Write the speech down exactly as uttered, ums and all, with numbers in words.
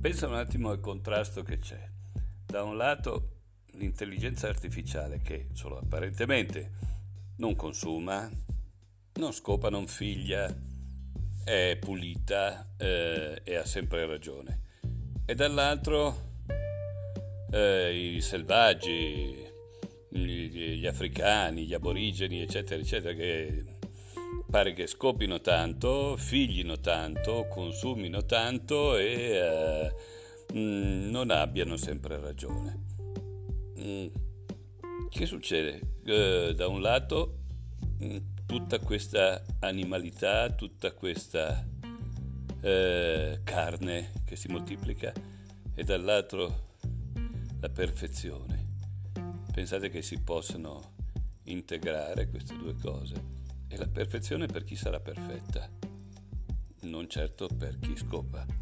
Pensa un attimo al contrasto che c'è. Da un lato l'intelligenza artificiale che solo apparentemente non consuma, non scopa, non figlia, è pulita eh, e ha sempre ragione. E dall'altro eh, i selvaggi, gli, gli africani, gli aborigeni, eccetera, eccetera, che pare che scopino tanto, figlino tanto, consumino tanto e eh, mh, non abbiano sempre ragione. Mh, che succede? Eh, da un lato mh, tutta questa animalità, tutta questa eh, carne che si moltiplica e dall'altro la perfezione. Pensate che si possano integrare queste due cose? E la perfezione per chi sarà perfetta, non certo per chi scopa.